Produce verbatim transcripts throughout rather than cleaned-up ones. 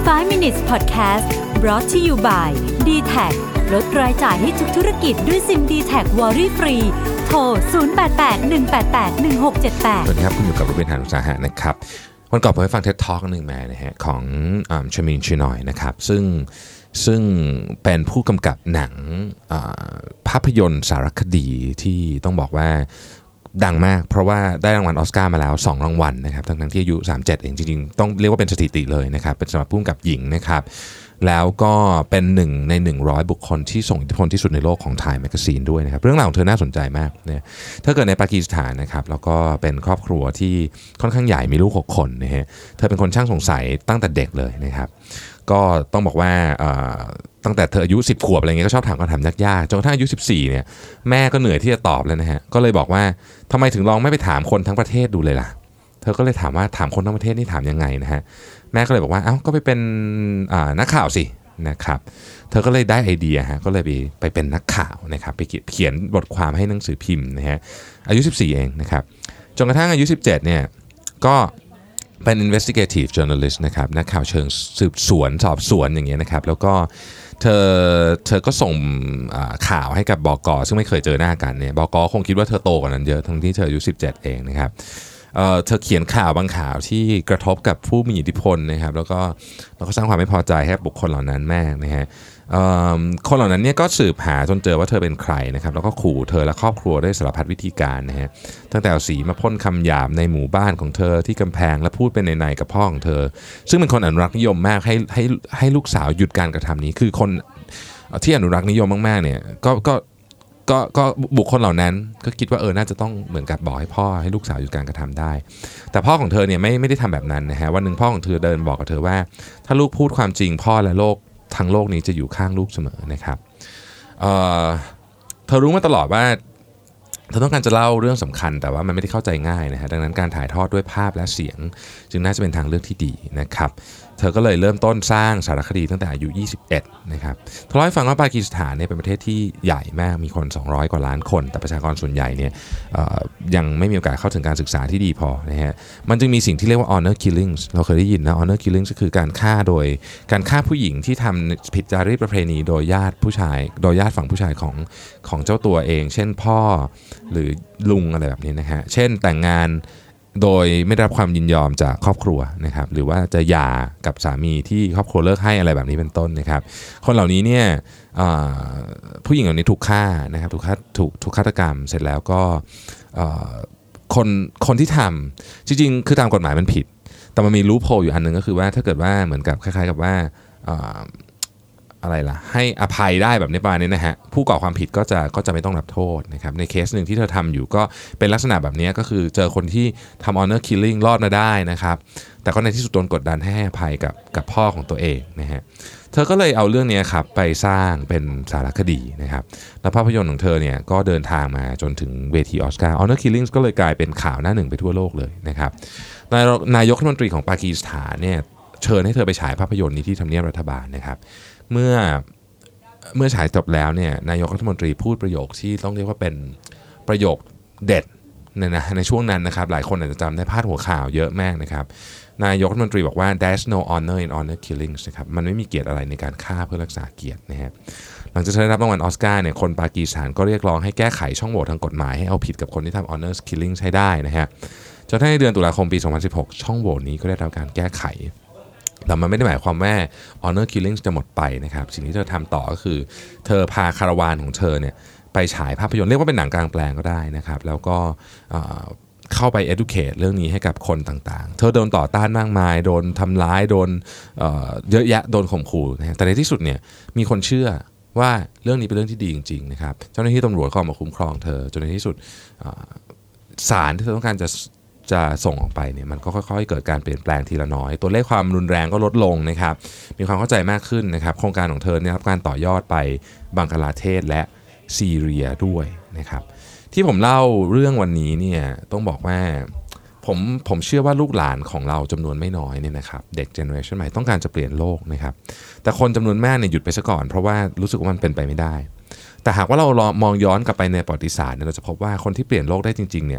five minutes podcast brought to you by ดี แท็ก ลดรายจ่ายให้ทุกธุรกิจด้วยซิม ดี แท็ก Worry Free โทรศูนย์ แปด แปด หนึ่ง แปด แปด หนึ่ง หก เจ็ด แปดสวัสดีครับคุณอยู่กับรูเบน หาญอุตสาหะนะครับวันก่อนผมไปฟัง ที อี ดี Talk นึงมานะฮะของชามินชินอยนะครับซึ่งซึ่งเป็นผู้กำกับหนังภาพยนตร์สารคดีที่ต้องบอกว่าดังมากเพราะว่าได้รางวัลออสการ์มาแล้วสองรางวัลนะครับทั้งๆที่อายุสามสิบเจ็ดเองจริงๆต้องเรียกว่าเป็นสถิติเลยนะครับเป็นสำหรับผู้กำกับหญิงนะครับแล้วก็เป็นหนึ่งในหนึ่งร้อยบุคคลที่ส่งอิทธิพลที่สุดในโลกของ Time Magazine ด้วยนะครับเรื่องราวของเธอน่าสนใจมากเนี่ยเธอเกิดในปากีสถานนะครับแล้วก็เป็นครอบครัวที่ค่อนข้างใหญ่มีลูกหกคนนะฮะเธอเป็นคนช่างสงสัยตั้งแต่เด็กเลยนะครับก็ต้องบอกว่าตั้งแต่เธออายุสิบขวบอะไรเงี้ยก็ชอบถามคำถามยากๆจนกระทั่งอายุสิบสี่เนี่ยแม่ก็เหนื่อยที่จะตอบแล้วนะฮะก็เลยบอกว่าทำไมถึงลองไม่ไปถามคนทั้งประเทศดูเลยล่ะเธอก็เลยถามว่าถามคนทั้งประเทศนี่ถามยังไงนะฮะแม่ก็เลยบอกว่าเอ้าก็ไปเป็นนักข่าวสินะครับเธอก็เลยได้ไอเดียฮะก็เลยไปไปเป็นนักข่าวนะครับไปเขียนบทความให้หนังสือพิมพ์นะฮะอายุสิบสี่เองนะครับจนกระทั่งอายุสิบเจ็ดเนี่ยก็เป็น investigative journalist นะครับนักข่าวเชิงสืบสวนสอบสวนอย่างเงี้ยนะครับแล้วก็เธอเธอก็ส่งข่าวให้กับบก.ซึ่งไม่เคยเจอหน้ากันเนี่ยบก.คงคิดว่าเธอโตกว่านั้นเยอะทั้งที่เธออายุสิบเจ็ดเองนะครับเอ่อเธอเขียนข่าวบางข่าวที่กระทบกับผู้มีอิทธิพลนะครับแล้วก็แล้วก็สร้างความไม่พอใจให้บุคคลเหล่านั้นมากนะฮะเอ่อคนเหล่านั้นเนี่ยก็สืบหาจนเจอว่าเธอเป็นใครนะครับแล้วก็ขู่เธอและครอบครัวด้วยสารพัดวิธีการนะฮะตั้งแต่เอาสีมาพ่นคำหยาบในหมู่บ้านของเธอที่กำแพงและพูดเป็นในๆกับพ่อของเธอซึ่งเป็นคนอนุรักษ์นิยมมากให้ให้ให้ลูกสาวหยุดการกระทำนี้คือคนที่อนุรักษ์นิยมมากๆเนี่ยก็ก็ก็ก็บุคคลเหล่านั้นก็คิดว่าเออน่าจะต้องเหมือนกับบอกให้พ่อให้ลูกสาวหยุดการกระทำได้แต่พ่อของเธอเนี่ยไม่ไม่ได้ทำแบบนั้นนะฮะวันหนึ่งพ่อของเธอเดินบอกกับเธอว่าถ้าลูกพูดความจริงพ่อและโลกทั้งโลกนี้จะอยู่ข้างลูกเสมอนะครับ เอ่อ เธอรู้มาตลอดว่าเธอต้องการจะเล่าเรื่องสำคัญแต่ว่ามันไม่ได้เข้าใจง่ายนะฮะดังนั้นการถ่ายทอดด้วยภาพและเสียงจึงน่าจะเป็นทางเลือกที่ดีนะครับเธอก็เลยเริ่มต้นสร้างสารคดีตั้งแต่อายุยี่สิบเอ็ดนะครับทเล่าให้ฟังว่าปากีสถานเนี่ยเป็นประเทศที่ใหญ่มากมีคนสองร้อยกว่าล้านคนแต่ประชากรส่วนใหญ่เนี่ยยังไม่มีโอกาสเข้าถึงการศึกษาที่ดีพอนะฮะมันจึงมีสิ่งที่เรียกว่า honor killings เราเคยได้ยินนะ honor killings ก็คือการฆ่าโดยการฆ่าผู้หญิงที่ทำผิดจารีตประเพณีโดยญาติผู้ชายโดยญาติฝั่งผู้ชายของของเจ้าตัวเองเช่นพ่อหรือลุงอะไรแบบนี้นะฮะเช่นแต่งงานโดยไม่ได้รับความยินยอมจากครอบครัวนะครับหรือว่าจะหย่ากับสามีที่ครอบครัวเลิกให้อะไรแบบนี้เป็นต้นนะครับคนเหล่านี้เนี่ยผู้หญิงเหล่านี้ถูกฆ่านะครับถูกฆ่าถูกถูกฆาตกรรมเสร็จแล้วก็คนคนที่ทำจริงๆคือตามกฎหมายมันผิดแต่มันมีลูปโฮลอยู่อันนึงก็คือว่าถ้าเกิดว่าเหมือนกับคล้ายๆกับว่าอะไรล่ะให้อภัยได้แบบนี้ประมาณนี้นะฮะผู้ก่อความผิดก็จะก็จะไม่ต้องรับโทษนะครับในเคสหนึ่งที่เธอทำอยู่ก็เป็นลักษณะแบบนี้ก็คือเจอคนที่ทำ honor killing รอดมาได้นะครับแต่ก็ในที่สุดโดนกดดันให้ให้อภัยกับกับพ่อของตัวเองนะฮะเธอก็เลยเอาเรื่องนี้ครับไปสร้างเป็นสารคดีนะครับแล้วภาพยนตร์ของเธอเนี่ยก็เดินทางมาจนถึงเวทีออสการ์ honor killing ก็เลยกลายเป็นข่าวหน้าหนึ่งไปทั่วโลกเลยนะครับนายกรัฐมนตรีของปากีสถานเนี่ยเชิญให้เธอไปฉายภาพยนตร์นี้ที่ทำเนียบรัฐบาลนะครับเมื่อเมื่อฉายจบแล้วเนี่ยนายกรัฐมนตรีพูดประโยคที่ต้องเรียกว่าเป็นประโยคเด็ดเนี่ยนะในช่วงนั้นนะครับหลายคนอาจจะจำได้พาดหัวข่าวเยอะมากนะครับนายกรัฐมนตรีบอกว่า there's no honor in honor killings นะครับมันไม่มีเกียรติอะไรในการฆ่าเพื่อรักษาเกียรตินะฮะหลังจากได้รับรางวัลออสการ์เนี่ยคนปากีสถานก็เรียกร้องให้แก้ไขช่องโหว่ทางกฎหมายให้เอาผิดกับคนที่ทำ honor killings ให้ได้นะฮะจนในเดือนตุลาคมปีสองพันสิบหกช่องโหว่นี้ก็ได้รับการแก้ไขแต่มันไม่ได้หมายความว่า honor killings จะหมดไปนะครับสิ่งที่เธอทำต่อก็คือเธอพาคาราวานของเธอเนี่ยไปฉายภาพยนตร์เรียกว่าเป็นหนังกลางแปลงก็ได้นะครับแล้วก็เข้าไป educate เรื่องนี้ให้กับคนต่างๆเธอโดนต่อต้านมากมายโดนทำร้ายโดน เอ่อ เยอะแยะโดนข่มขู่นะแต่ในที่สุดเนี่ยมีคนเชื่อว่าเรื่องนี้เป็นเรื่องที่ดีจริงๆนะครับเจ้าหน้าที่ตำรวจก็มาคุ้มครองเธอจนในที่สุดศาลที่เธอต้องการจะจะส่งออกไปเนี่ยมันก็ค่อยๆเกิดการเปลี่ยนแปลงทีละน้อยตัวเลขความรุนแรงก็ลดลงนะครับมีความเข้าใจมากขึ้นนะครับโครงการของเธอได้รับการต่อยอดไปบังกลาเทศและซีเรียด้วยนะครับที่ผมเล่าเรื่องวันนี้เนี่ยต้องบอกว่าผมผมเชื่อว่าลูกหลานของเราจำนวนไม่น้อยเนี่ยนะครับเด็กเจเนอเรชันใหม่ต้องการจะเปลี่ยนโลกนะครับแต่คนจำนวนมากเนี่ยหยุดไปซะก่อนเพราะว่ารู้สึกว่ามันเป็นไปไม่ได้แต่หากว่าเรามองย้อนกลับไปในประวัติศาสตร์เนี่ยเราจะพบว่าคนที่เปลี่ยนโลกได้จริงๆเนี่ย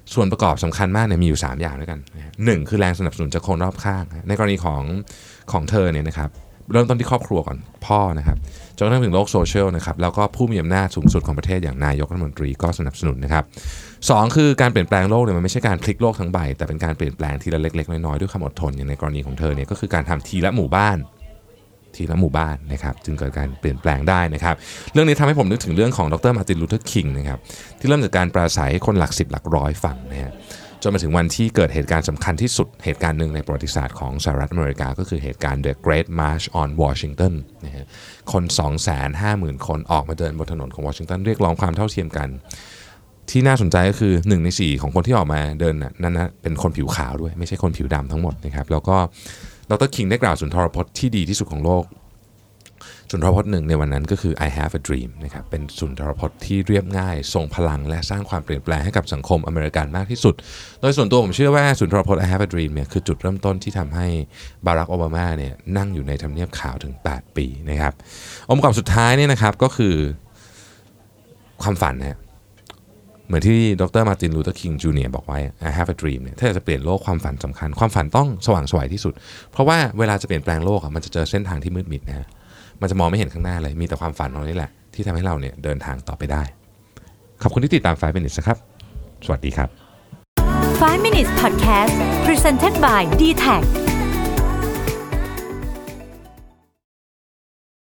ส่วนประกอบสำคัญมากเนี่ยมีอยู่สามอย่างด้วยกันหนึ่งคือแรงสนับสนุนจากคนรอบข้างในกรณีของของเธอเนี่ยนะครับเริ่มต้นที่ครอบครัวก่อนพ่อนะครับจนกระทั่งถึงโลกโซเชียลนะครับแล้วก็ผู้มีอำนาจสูงสุดของประเทศอย่างนายกรัฐมนตรีก็สนับสนุนนะครับสองคือการเปลี่ยนแปลงโลกเนี่ยมันไม่ใช่การพลิกโลกทั้งใบแต่เป็นการเปลี่ยนแปลงทีละเล็กๆน้อยๆด้วยความอดทนอย่างในกรณีของเธอเนี่ยก็คือการทำทีละหมู่บ้านทีละหมู่บ้านนะครับจึงเกิดการเปลี่ยนแปลงได้นะครับเรื่องนี้ทำให้ผมนึกถึงเรื่องของดรมาร์ตินลูเทอร์คิงนะครับที่เริ่มจากการปราศัยให้คนหลักสิบหลักร้อยฟังนะฮะจนมาถึงวันที่เกิดเหตุการณ์สำคัญที่สุดเหตุการณ์หนึ่งในประวัติศาสตร์ของสหรัฐอเมริกาก็คือเหตุการณ์ The Great March on Washington นะฮะคน สองแสนห้าหมื่น คนออกมาเดินบนถนนของวอชิงตันเรียกร้องความเท่าเทียมกันที่น่าสนใจก็คือหนึ่งในสี่ของคนที่ออกมาเดินนั้นนะเป็นคนผิวขาวด้วยไม่ใช่คนผิวดำทั้งหมดนะครับแล้วก็ดรคิงได้กล่าวสุนทรพจน์ที่ดีที่สุดของโลกสุนทรพจน์หนึ่งในวันนั้นก็คือ I have a dream นะครับเป็นสุนทรพจน์ที่เรียบง่ายทรงพลังและสร้างความเปลี่ยนแปลงให้กับสังคมอเมริกันมากที่สุดโดยส่วนตัวผมเชื่อว่าสุนทรพจน์ I have a dream เนี่ยคือจุดเริ่มต้นที่ทำให้บารักโอบามาเนี่ยนั่งอยู่ในทำเนียบขาวถึงแปดปีนะครับองค์ประกอบสุดท้ายเนี่ยนะครับก็คือความฝันนะเหมือนที่ดรมาร์ตินลูเทอร์คิงจูเนียร์บอกไว้ I have a dream เนี่ยถ้าจะเปลี่ยนโลกความฝันสำคัญความฝันต้องสว่างไสวที่สุดเพราะว่าเวลาจะเปลี่ยนแปลงโลกมันจะเจอเส้นทางที่มืดมิดนะฮะมันจะมองไม่เห็นข้างหน้าเลยมีแต่ความฝันเรานี่แหละที่ทำให้เราเนี่ยเดินทางต่อไปได้ขอบคุณที่ติดตามไฟว์ Minutes ครับสวัสดีครับไฟว์ Minutes Podcast Presented by ดี แท็ก